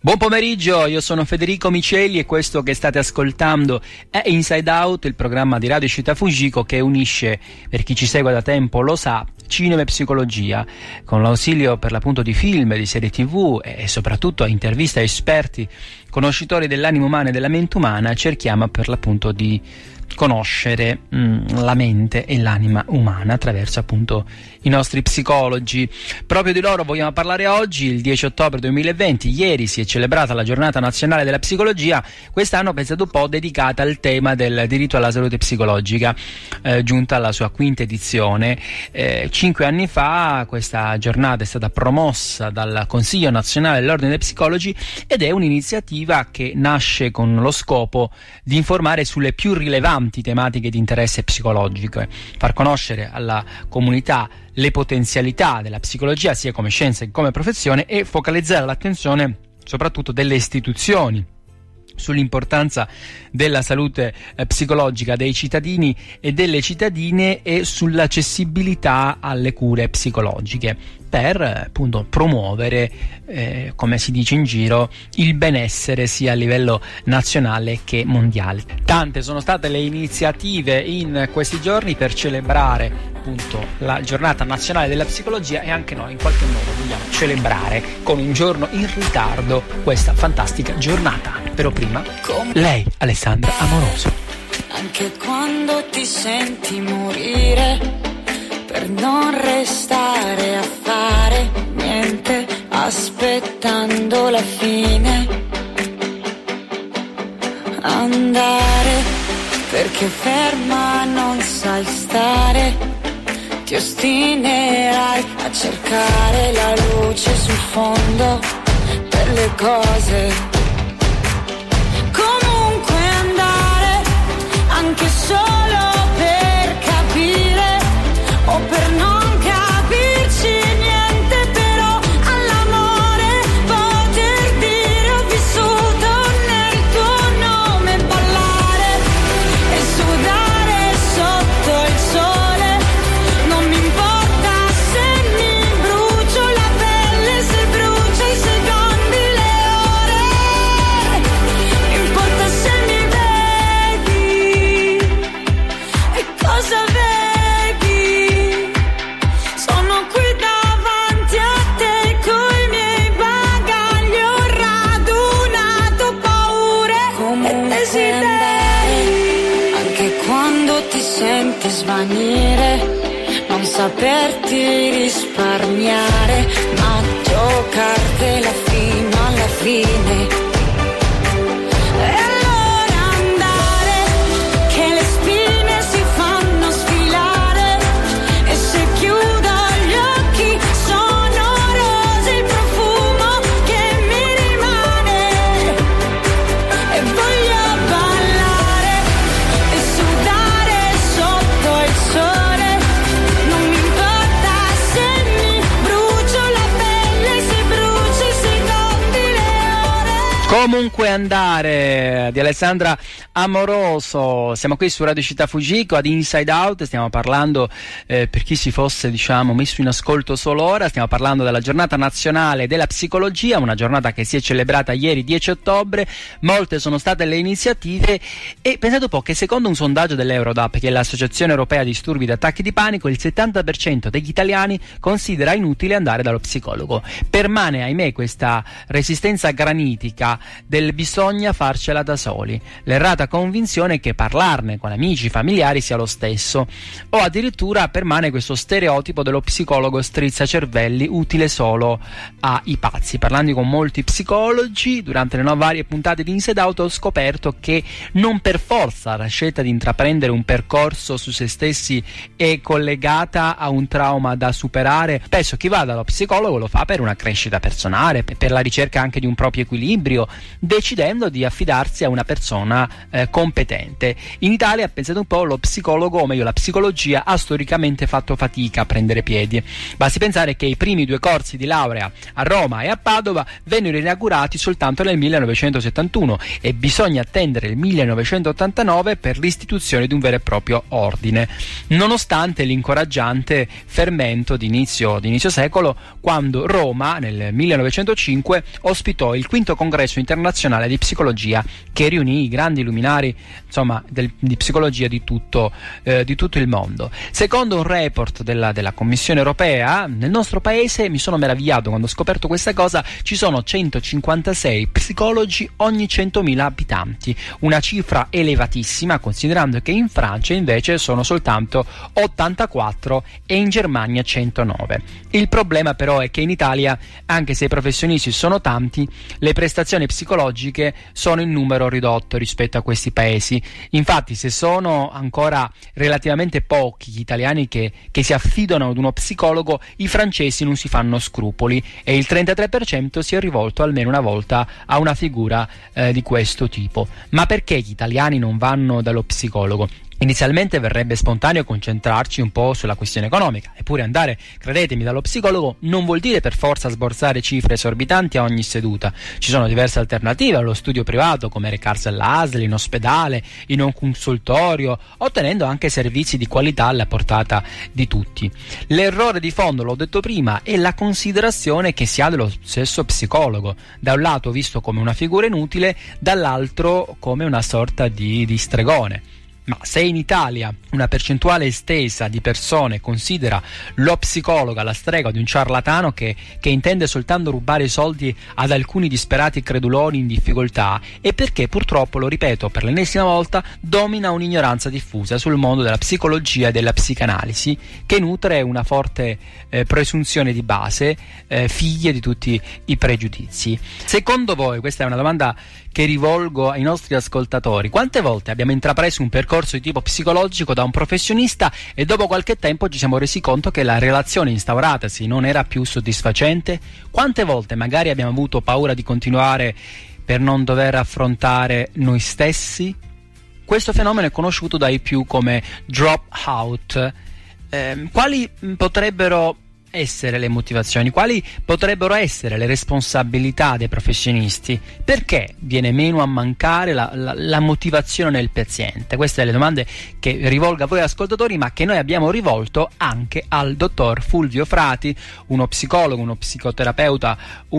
Buon pomeriggio, io sono Federico Micelli e questo che state ascoltando è Inside Out, il programma di Radio Città Fujiko che unisce, per chi ci segue da tempo lo sa, cinema e psicologia, con l'ausilio per l'appunto di film, di serie TV e soprattutto a interviste a esperti, conoscitori dell'animo umano e della mente umana. Cerchiamo per l'appunto di conoscere la mente e l'anima umana attraverso appunto i nostri psicologi. Proprio di loro vogliamo parlare oggi, il 10 ottobre 2020. Ieri si è celebrata la giornata nazionale della psicologia, quest'anno pensate un po' dedicata al tema del diritto alla salute psicologica, giunta alla sua quinta edizione. 5 anni fa questa giornata è stata promossa dal Consiglio Nazionale dell'Ordine dei Psicologi ed è un'iniziativa che nasce con lo scopo di informare sulle più rilevanti tematiche di interesse psicologico, far conoscere alla comunità le potenzialità della psicologia sia come scienza che come professione e focalizzare l'attenzione soprattutto delle istituzioni sull'importanza della salute psicologica dei cittadini e delle cittadine e sull'accessibilità alle cure psicologiche per appunto promuovere, come si dice in giro, il benessere sia a livello nazionale che mondiale. Tante sono state le iniziative in questi giorni per celebrare appunto la giornata nazionale della psicologia e anche noi in qualche modo vogliamo celebrare con un giorno in ritardo questa fantastica giornata. Però prima lei, Alessandra Amoroso. Anche quando ti senti morire per non restare a fare niente aspettando la fine, andare perché ferma non sai stare, ti ostinerai a cercare la luce sul fondo delle cose. Comunque andare anche solo per capire o per non capirci niente, però all'amore poter dire ho vissuto nel tuo nome, ballare e sudare sotto il sole, non mi importa se mi brucio la pelle, se brucia i secondi, le ore, importa se mi vedi e cosa vedi. Senti svanire, non saperti risparmiare, ma giocartela fino alla fine. E allora andare, che le spine si fanno sfilare, e se chiudo gli occhi sono rose il profumo che mi rimane, e voglio ballare e sudare sotto il sole, non mi importa se mi brucio la pelle, se brucio i secondi, le ore. Comunque andare di Alessandra Amoroso. Siamo qui su Radio Città Fujiko ad Inside Out, stiamo parlando, per chi si fosse messo in ascolto solo ora, stiamo parlando della giornata nazionale della psicologia, una giornata che si è celebrata ieri 10 ottobre, molte sono state le iniziative e pensate un po' che secondo un sondaggio dell'Eurodapp, che è l'Associazione Europea Disturbi ed Attacchi di Panico, il 70% degli italiani considera inutile andare dallo psicologo. Permane ahimè questa resistenza granitica del bisogna farcela da soli, l'errata convinzione che parlarne con amici, familiari sia lo stesso, o addirittura permane questo stereotipo dello psicologo strizzacervelli utile solo ai pazzi. Parlando con molti psicologi durante le varie puntate di Inside Out ho scoperto che non per forza la scelta di intraprendere un percorso su se stessi è collegata a un trauma da superare. Spesso chi va dallo psicologo lo fa per una crescita personale, per la ricerca anche di un proprio equilibrio, decidendo di affidarsi a una persona competente. In Italia, pensate un po', lo psicologo, o meglio la psicologia, ha storicamente fatto fatica a prendere piedi. Basti pensare che i primi 2 corsi di laurea a Roma e a Padova vennero inaugurati soltanto nel 1971 e bisogna attendere il 1989 per l'istituzione di un vero e proprio ordine, nonostante l'incoraggiante fermento di inizio quando Roma nel 1905 ospitò il 5° congresso internazionale di psicologia, che riunì i grandi luminari, insomma, di psicologia di tutto il mondo. Secondo un report della Commissione europea, nel nostro paese, mi sono meravigliato quando ho scoperto questa cosa, ci sono 156 psicologi ogni 100.000 abitanti, una cifra elevatissima considerando che in Francia invece sono soltanto 84 e in Germania 109. Il problema però è che in Italia, anche se i professionisti sono tanti, le prestazioni psicologiche sono in numero ridotto rispetto a questi paesi. Infatti, se sono ancora relativamente pochi gli italiani che si affidano ad uno psicologo, i francesi non si fanno scrupoli e il 33% si è rivolto almeno una volta a una figura di questo tipo. Ma perché gli italiani non vanno dallo psicologo? Inizialmente verrebbe spontaneo concentrarci un po' sulla questione economica, eppure andare, credetemi, dallo psicologo non vuol dire per forza sborsare cifre esorbitanti a ogni seduta. Ci sono diverse alternative allo studio privato, come recarsi all'ASL, in ospedale, in un consultorio, ottenendo anche servizi di qualità alla portata di tutti. L'errore di fondo, l'ho detto prima, è la considerazione che si ha dello stesso psicologo, da un lato visto come una figura inutile, dall'altro come una sorta di stregone. Ma se in Italia una percentuale estesa di persone considera lo psicologo alla stregua di un ciarlatano che intende soltanto rubare i soldi ad alcuni disperati creduloni in difficoltà, è perché purtroppo, lo ripeto per l'ennesima volta, domina un'ignoranza diffusa sul mondo della psicologia e della psicanalisi, che nutre una forte presunzione di base, figlie di tutti i pregiudizi. Secondo voi, questa è una domanda che rivolgo ai nostri ascoltatori, quante volte abbiamo intrapreso un percorso di tipo psicologico da un professionista e dopo qualche tempo ci siamo resi conto che la relazione instauratasi non era più soddisfacente? Quante volte magari abbiamo avuto paura di continuare per non dover affrontare noi stessi? Questo fenomeno è conosciuto dai più come drop out. Quali potrebbero essere le motivazioni? Quali potrebbero essere le responsabilità dei professionisti? Perché viene meno a mancare la motivazione nel paziente? Queste sono le domande che rivolgo a voi ascoltatori, ma che noi abbiamo rivolto anche al dottor Fulvio Frati, uno psicologo, uno psicoterapeuta,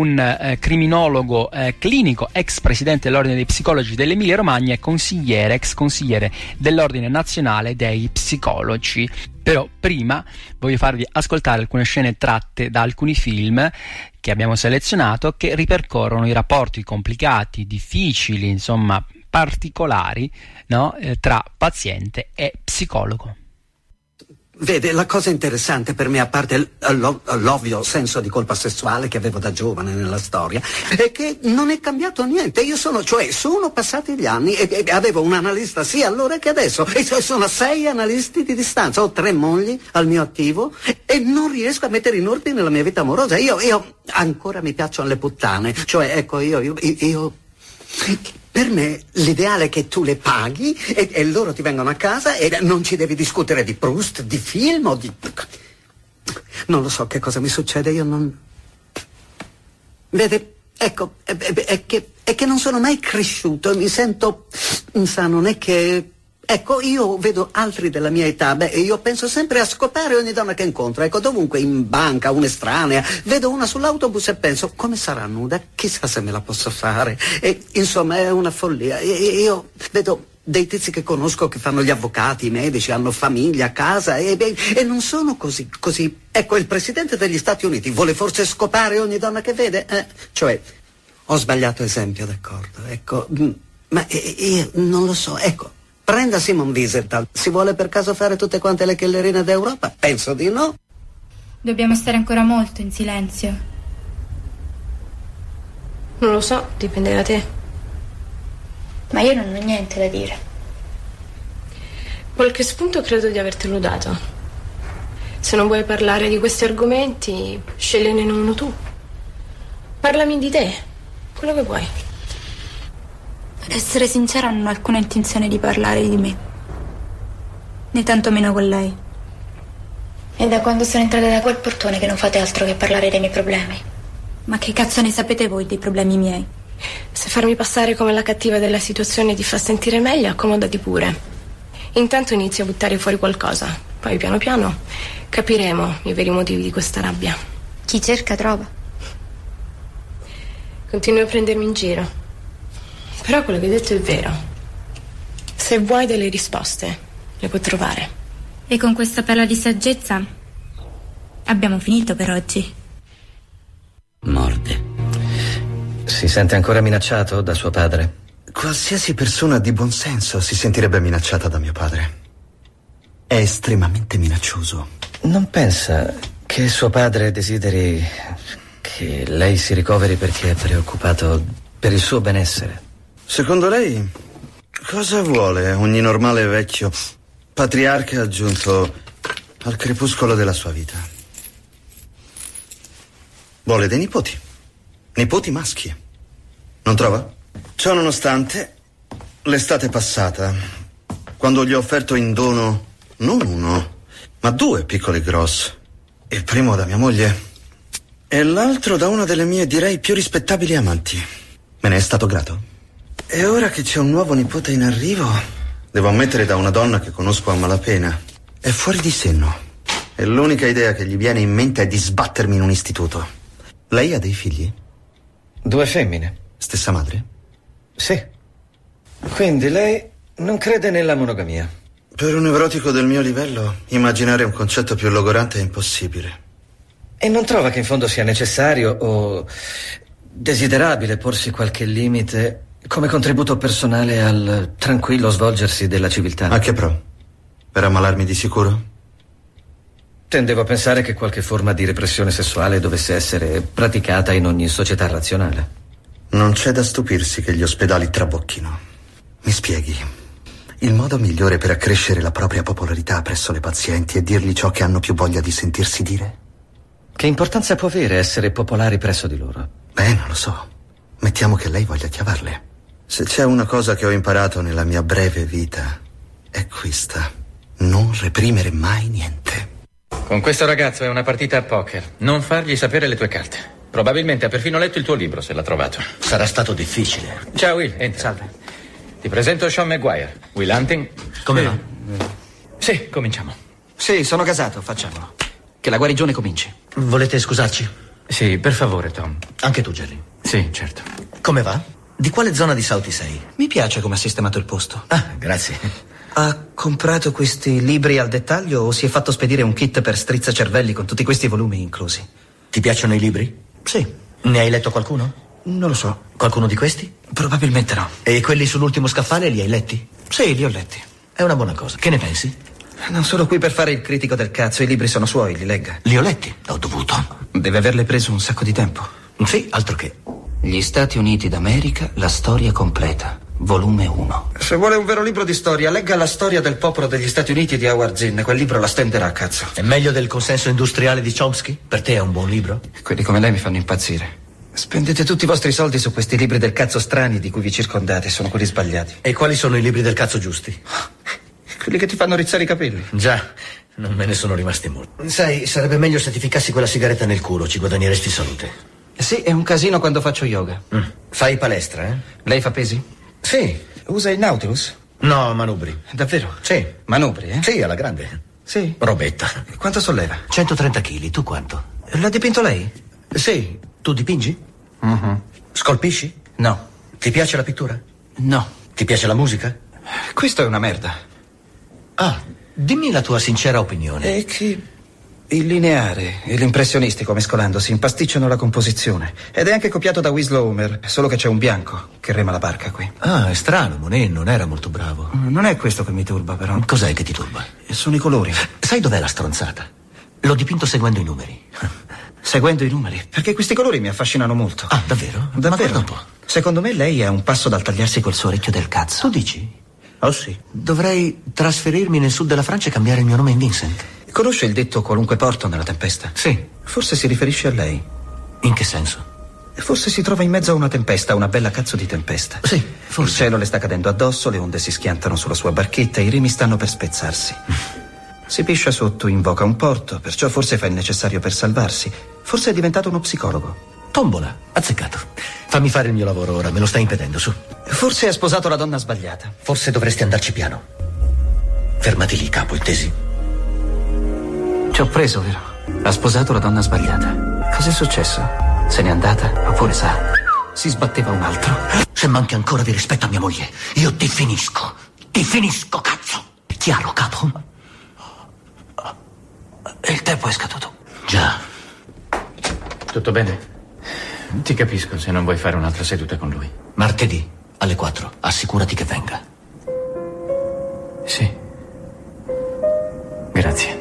un criminologo clinico, ex presidente dell'Ordine dei Psicologi dell'Emilia Romagna e ex consigliere dell'Ordine Nazionale dei Psicologi. Però prima voglio farvi ascoltare alcune scene tratte da alcuni film che abbiamo selezionato, che ripercorrono i rapporti complicati, difficili, insomma particolari, no? Tra paziente e psicologo. Vede, la cosa interessante per me, a parte l'ovvio senso di colpa sessuale che avevo da giovane nella storia, è che non è cambiato niente. Sono passati gli anni e avevo un analista sia allora che adesso, e sono 6 analisti di distanza, ho 3 mogli al mio attivo e non riesco a mettere in ordine la mia vita amorosa. Io ancora mi piacciono le puttane, io per me l'ideale è che tu le paghi e loro ti vengono a casa e non ci devi discutere di Proust, di film o di... Non lo so che cosa mi succede, io non... Vede, ecco, è che non sono mai cresciuto, mi sento... non è che... Ecco, io vedo altri della mia età, io penso sempre a scopare ogni donna che incontro, ecco, dovunque, in banca, un'estranea, vedo una sull'autobus e penso, come sarà nuda? Chissà se me la posso fare. E, insomma, è una follia. Io vedo dei tizi che conosco che fanno gli avvocati, i medici, hanno famiglia a casa e non sono così. Ecco, il presidente degli Stati Uniti vuole forse scopare ogni donna che vede? Ho sbagliato esempio, d'accordo, ecco, ma io non lo so, ecco. Prenda Simon Wiesenthal. Si vuole per caso fare tutte quante le kellerine d'Europa? Penso di no. Dobbiamo stare ancora molto in silenzio. Non lo so, dipende da te. Ma io non ho niente da dire. Qualche spunto credo di avertelo dato. Se non vuoi parlare di questi argomenti, scegliene uno tu. Parlami di te, quello che vuoi. Ad essere sincera, non ho alcuna intenzione di parlare di me, né tantomeno con lei. È da quando sono entrata da quel portone che non fate altro che parlare dei miei problemi. Ma che cazzo ne sapete voi dei problemi miei? Se farmi passare come la cattiva della situazione ti fa sentire meglio, accomodati pure. Intanto inizio a buttare fuori qualcosa. Poi piano piano capiremo i veri motivi di questa rabbia. Chi cerca trova. Continui a prendermi in giro. Però quello che hai detto è vero. Se vuoi delle risposte, le puoi trovare. E con questa parola di saggezza abbiamo finito per oggi. Morde. Si sente ancora minacciato da suo padre? Qualsiasi persona di buon senso si sentirebbe minacciata da mio padre. È estremamente minaccioso. Non pensa che suo padre desideri che lei si ricoveri perché è preoccupato per il suo benessere? Secondo lei, cosa vuole ogni normale vecchio patriarca giunto al crepuscolo della sua vita? Vuole dei nipoti. Nipoti maschi. Non trova? Ciò nonostante, l'estate passata, quando gli ho offerto in dono non uno, ma 2 piccoli gross, il primo da mia moglie e l'altro da una delle mie, direi, più rispettabili amanti, me ne è stato grato. E ora che c'è un nuovo nipote in arrivo, devo ammettere, da una donna che conosco a malapena, è fuori di senno e l'unica idea che gli viene in mente è di sbattermi in un istituto. Lei ha dei figli? 2 femmine. Stessa madre? Sì. Quindi lei non crede nella monogamia? Per un nevrotico del mio livello, immaginare un concetto più logorante è impossibile. E non trova che in fondo sia necessario o desiderabile porsi qualche limite come contributo personale al tranquillo svolgersi della civiltà? A che pro? Per ammalarmi di sicuro? Tendevo a pensare che qualche forma di repressione sessuale dovesse essere praticata in ogni società razionale. Non c'è da stupirsi che gli ospedali trabocchino. Mi spieghi? Il modo migliore per accrescere la propria popolarità presso le pazienti è dirgli ciò che hanno più voglia di sentirsi dire? Che importanza può avere essere popolari presso di loro? Non lo so. Mettiamo che lei voglia chiavarle. Se c'è una cosa che ho imparato nella mia breve vita, è questa: non reprimere mai niente. Con questo ragazzo è una partita a poker. Non fargli sapere le tue carte. Probabilmente ha perfino letto il tuo libro, se l'ha trovato. Sarà stato difficile. Ciao Will, entra. Salve. Ti presento Sean Maguire. Will Hunting. Come va? Sì, cominciamo. Sì, sono casato, facciamolo. Che la guarigione cominci. Volete scusarci? Sì, per favore, Tom. Anche tu, Jerry. Sì, certo. Come va? Di quale zona di Southie sei? Mi piace come ha sistemato il posto. Ah, grazie. Ha comprato questi libri al dettaglio o si è fatto spedire un kit per strizzacervelli con tutti questi volumi inclusi? Ti piacciono i libri? Sì. Ne hai letto qualcuno? Non lo so. Qualcuno di questi? Probabilmente no. E quelli sull'ultimo scaffale li hai letti? Sì, li ho letti. È una buona cosa. Che ne pensi? Non sono qui per fare il critico del cazzo, i libri sono suoi, li legga. Li ho letti, ho dovuto. Deve averle preso un sacco di tempo. Sì, altro che. Gli Stati Uniti d'America, la storia completa, volume 1. Se vuole un vero libro di storia, legga La storia del popolo degli Stati Uniti di Howard Zinn. Quel libro la stenderà a cazzo. È meglio del consenso industriale di Chomsky? Per te è un buon libro? Quelli come lei mi fanno impazzire. Spendete tutti i vostri soldi su questi libri del cazzo strani di cui vi circondate, sono quelli sbagliati. E quali sono i libri del cazzo giusti? Quelli che ti fanno rizzare i capelli. Già, non me ne sono rimasti molti. Sai, sarebbe meglio se ti ficassi quella sigaretta nel culo, ci guadagneresti salute. Sì, è un casino quando faccio yoga. Fai palestra, eh? Lei fa pesi? Sì. Usa il Nautilus? No, manubri. Davvero? Sì. Manubri, eh? Sì, alla grande. Sì. Robetta. Quanto solleva? 130 kg, tu quanto? L'ha dipinto lei? Sì. Tu dipingi? Scolpisci? No. Ti piace la pittura? No. Ti piace la musica? Questo è una merda. Ah, dimmi la tua sincera opinione. È che il lineare e l'impressionistico mescolandosi impasticciano la composizione. Ed è anche copiato da Winslow Homer, solo che c'è un bianco che rema la barca qui. Ah, è strano, Monet non era molto bravo. Non è questo che mi turba, però. Cos'è che ti turba? Sono i colori. Sai dov'è la stronzata? L'ho dipinto seguendo i numeri. Seguendo i numeri? Perché questi colori mi affascinano molto. Ah, davvero? Davvero? Ma guarda un po'. Secondo me lei è a un passo dal tagliarsi col suo orecchio del cazzo. Tu dici? Oh sì. Dovrei trasferirmi nel sud della Francia e cambiare il mio nome in Vincent. Conosce il detto qualunque porto nella tempesta? Sì. Forse si riferisce a lei. In che senso? Forse si trova in mezzo a una tempesta, una bella cazzo di tempesta. Sì, forse. Il cielo le sta cadendo addosso, le onde si schiantano sulla sua barchetta e i remi stanno per spezzarsi. Si piscia sotto, invoca un porto, perciò forse fa il necessario per salvarsi. Forse è diventato uno psicologo. Tombola, azzeccato. Fammi fare il mio lavoro ora, me lo stai impedendo, su. Forse ha sposato la donna sbagliata. Forse dovresti andarci piano. Fermati lì, capo, intesi? Ci ho preso, vero? Ha sposato la donna sbagliata. Cos'è successo? Se n'è andata? Oppure sa, si sbatteva un altro? Se manchi ancora di rispetto a mia moglie, io ti finisco. Ti finisco, cazzo. È chiaro, capo? Il tempo è scaduto. Già. Tutto bene? Ti capisco se non vuoi fare un'altra seduta con lui. Martedì, alle 4. Assicurati che venga. Sì. Grazie.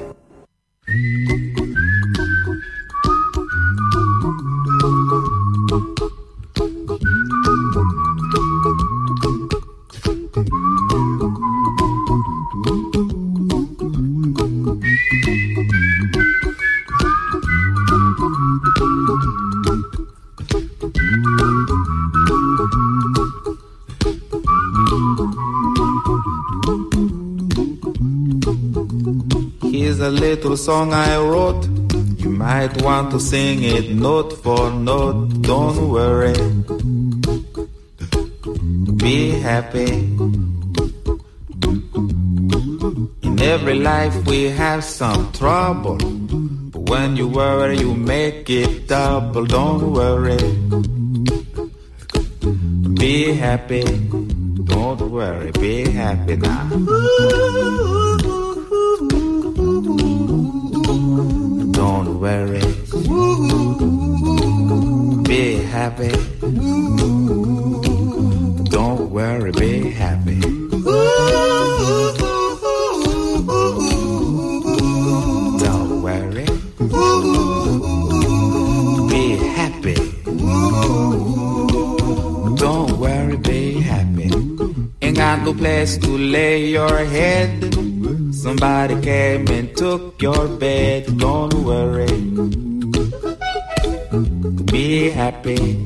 Here's a little song I wrote. You might want to sing it note for note. Don't worry. Be happy. In every life we have some trouble. But when you worry, you make it double. Don't worry. Be happy. Don't worry. Be happy now. Don't worry. Be happy. Don't worry, be happy. Don't worry. Be happy. Don't worry, be happy. Ain't got no place to lay your head. Somebody came and took your bed. Don't worry. Be happy.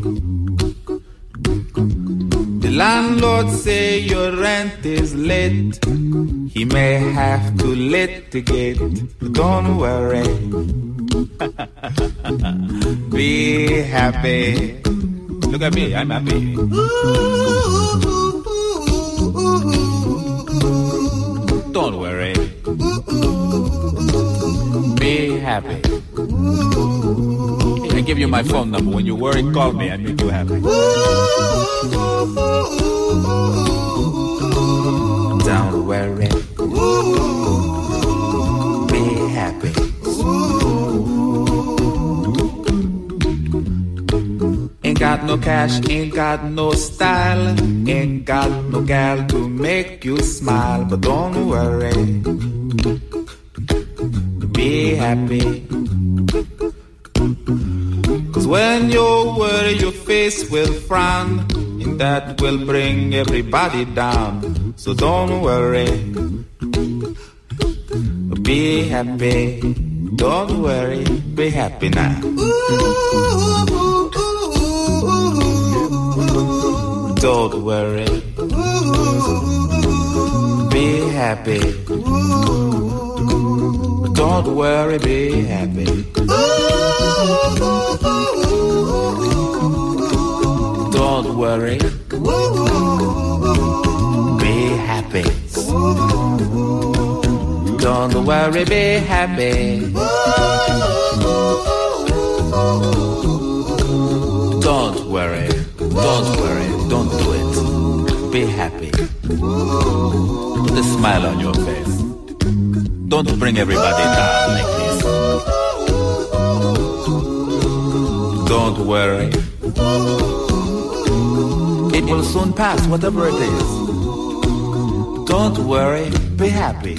The landlord say your rent is late. He may have to litigate. Don't worry. Be happy. Look at me, I'm happy. Don't worry. Be happy. I give you my phone number. When you worry, call me. I make you happy. Don't worry. Be happy. Ain't got no cash, ain't got no style, ain't got no gal to make you smile, but don't worry. Be happy. 'Cause when you worry, your face will frown, and that will bring everybody down. So don't worry. Be happy. Don't worry. Be happy now. Don't worry. Be happy. Don't worry, be happy. Don't worry. Be happy. Don't worry, be happy. Don't worry. Don't worry. Don't do it. Be happy. Put a smile on your face. Don't bring everybody down like this. Don't worry. It will soon pass, whatever it is. Don't worry, be happy.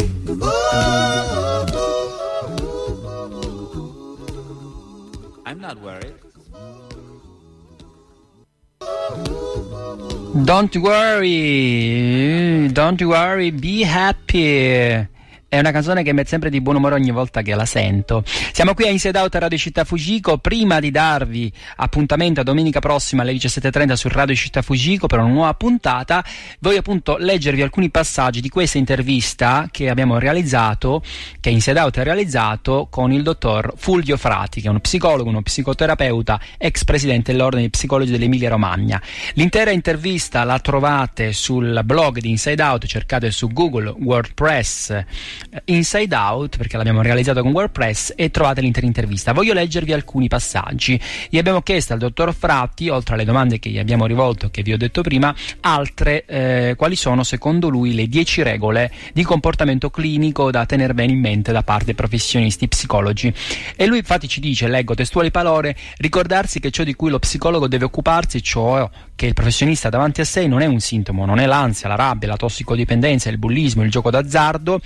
I'm not worried. Don't worry, be happy. È una canzone che mette sempre di buon umore ogni volta che la sento. Siamo qui a Inside Out a Radio Città Fujiko. Prima di darvi appuntamento a domenica prossima alle 17:30 su Radio Città Fujiko per una nuova puntata, voglio appunto leggervi alcuni passaggi di questa intervista che abbiamo realizzato, che Inside Out ha realizzato con il dottor Fulvio Frati, che è uno psicologo, uno psicoterapeuta, ex presidente dell'Ordine dei Psicologi dell'Emilia Romagna. L'intera intervista la trovate sul blog di Inside Out, cercate su Google WordPress Inside Out, perché l'abbiamo realizzato con WordPress, e trovate l'intera intervista. Voglio leggervi alcuni passaggi. Gli abbiamo chiesto al dottor Frati, oltre alle domande che gli abbiamo rivolto, che vi ho detto prima, altre quali sono secondo lui le 10 regole di comportamento clinico da tenere bene in mente da parte dei professionisti psicologi. E lui infatti ci dice, leggo testuali parole: ricordarsi che ciò di cui lo psicologo deve occuparsi, cioè che il professionista davanti a sé non è un sintomo, non è l'ansia, la rabbia, la tossicodipendenza, il bullismo, il gioco d'azzardo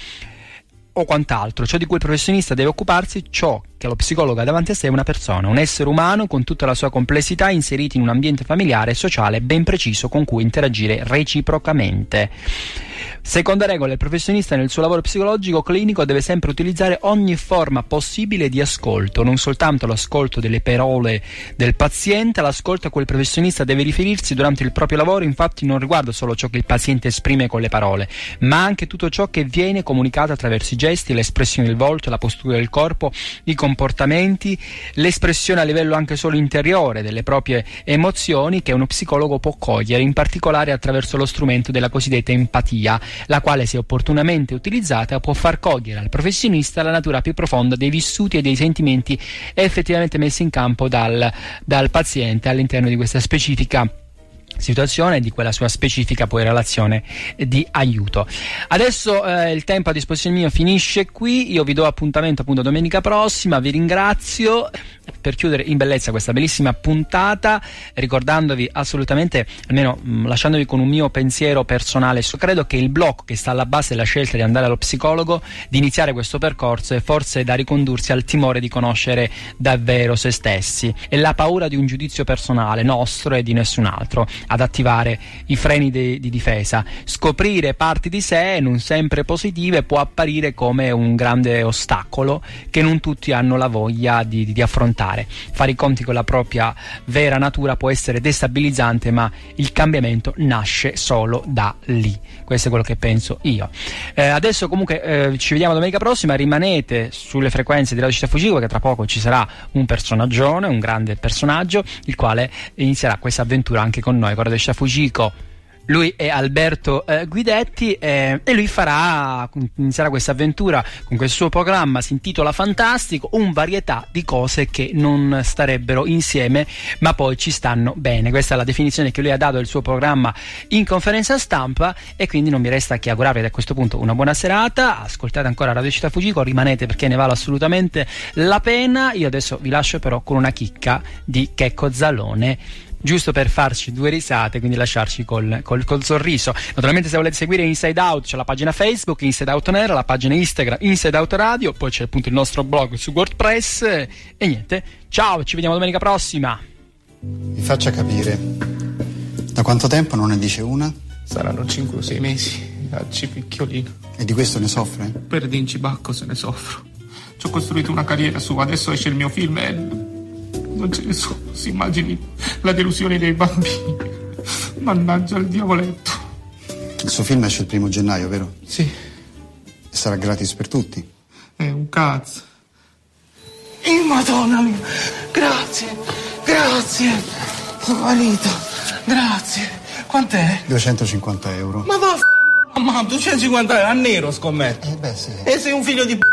o quant'altro. Ciò di cui il professionista deve occuparsi, ciò che lo psicologo ha davanti a sé, è una persona, un essere umano con tutta la sua complessità, inserito in un ambiente familiare e sociale ben preciso con cui interagire reciprocamente. Seconda regola: il professionista nel suo lavoro psicologico clinico deve sempre utilizzare ogni forma possibile di ascolto, non soltanto l'ascolto delle parole del paziente. L'ascolto a cui il professionista deve riferirsi durante il proprio lavoro infatti non riguarda solo ciò che il paziente esprime con le parole, ma anche tutto ciò che viene comunicato attraverso i gesti, l'espressione del volto, la postura del corpo, i comportamenti, l'espressione a livello anche solo interiore delle proprie emozioni, che uno psicologo può cogliere, in particolare attraverso lo strumento della cosiddetta empatia, la quale, se opportunamente utilizzata, può far cogliere al professionista la natura più profonda dei vissuti e dei sentimenti effettivamente messi in campo dal paziente all'interno di questa specifica situazione e di quella sua specifica poi relazione di aiuto. Adesso il tempo a disposizione mio finisce qui, io vi do appuntamento appunto domenica prossima, vi ringrazio per chiudere in bellezza questa bellissima puntata, ricordandovi assolutamente, almeno lasciandovi con un mio pensiero personale. Credo che il blocco che sta alla base della scelta di andare allo psicologo, di iniziare questo percorso, è forse da ricondursi al timore di conoscere davvero se stessi e la paura di un giudizio personale nostro e di nessun altro ad attivare i freni di difesa. Scoprire parti di sé non sempre positive può apparire come un grande ostacolo che non tutti hanno la voglia di affrontare. Fare i conti con la propria vera natura può essere destabilizzante, ma il cambiamento nasce solo da lì. Questo è quello che penso io. Adesso comunque ci vediamo domenica prossima, rimanete sulle frequenze di Radio Città Fujiko, che tra poco ci sarà un personaggione, un grande personaggio, il quale inizierà questa avventura anche con noi, con Radio Città Fujiko. Lui è Alberto Guidetti e lui inizierà questa avventura con questo suo programma, si intitola Fantastico, un varietà di cose che non starebbero insieme ma poi ci stanno bene. Questa è la definizione che lui ha dato del suo programma in conferenza stampa, e quindi non mi resta che augurarvi a questo punto una buona serata. Ascoltate ancora Radio Città Fujiko, rimanete perché ne vale assolutamente la pena. Io adesso vi lascio però con una chicca di Checco Zalone, giusto per farci due risate, quindi lasciarci col sorriso. Naturalmente, se volete seguire Inside Out, c'è la pagina Facebook Inside Out Nera, la pagina Instagram Inside Out Radio, poi c'è appunto il nostro blog su WordPress e niente, ciao, ci vediamo domenica prossima. Mi faccia capire, da quanto tempo non ne dice una? Saranno 5 o 6 mesi a Cipicchiolino. E di questo ne soffre? Per Dincibacco se ne soffro. Ci ho costruito una carriera su, adesso esce il mio film e non ce ne sono, si immagini la delusione dei bambini. Mannaggia il diavoletto. Il suo film esce il 1° gennaio, vero? Sì. E sarà gratis per tutti? È un cazzo. Madonna mia, grazie, marito, grazie. Quant'è? 250 euro. Ma va mamma, 250 euro a nero scommetto. Beh sì. E sei un figlio di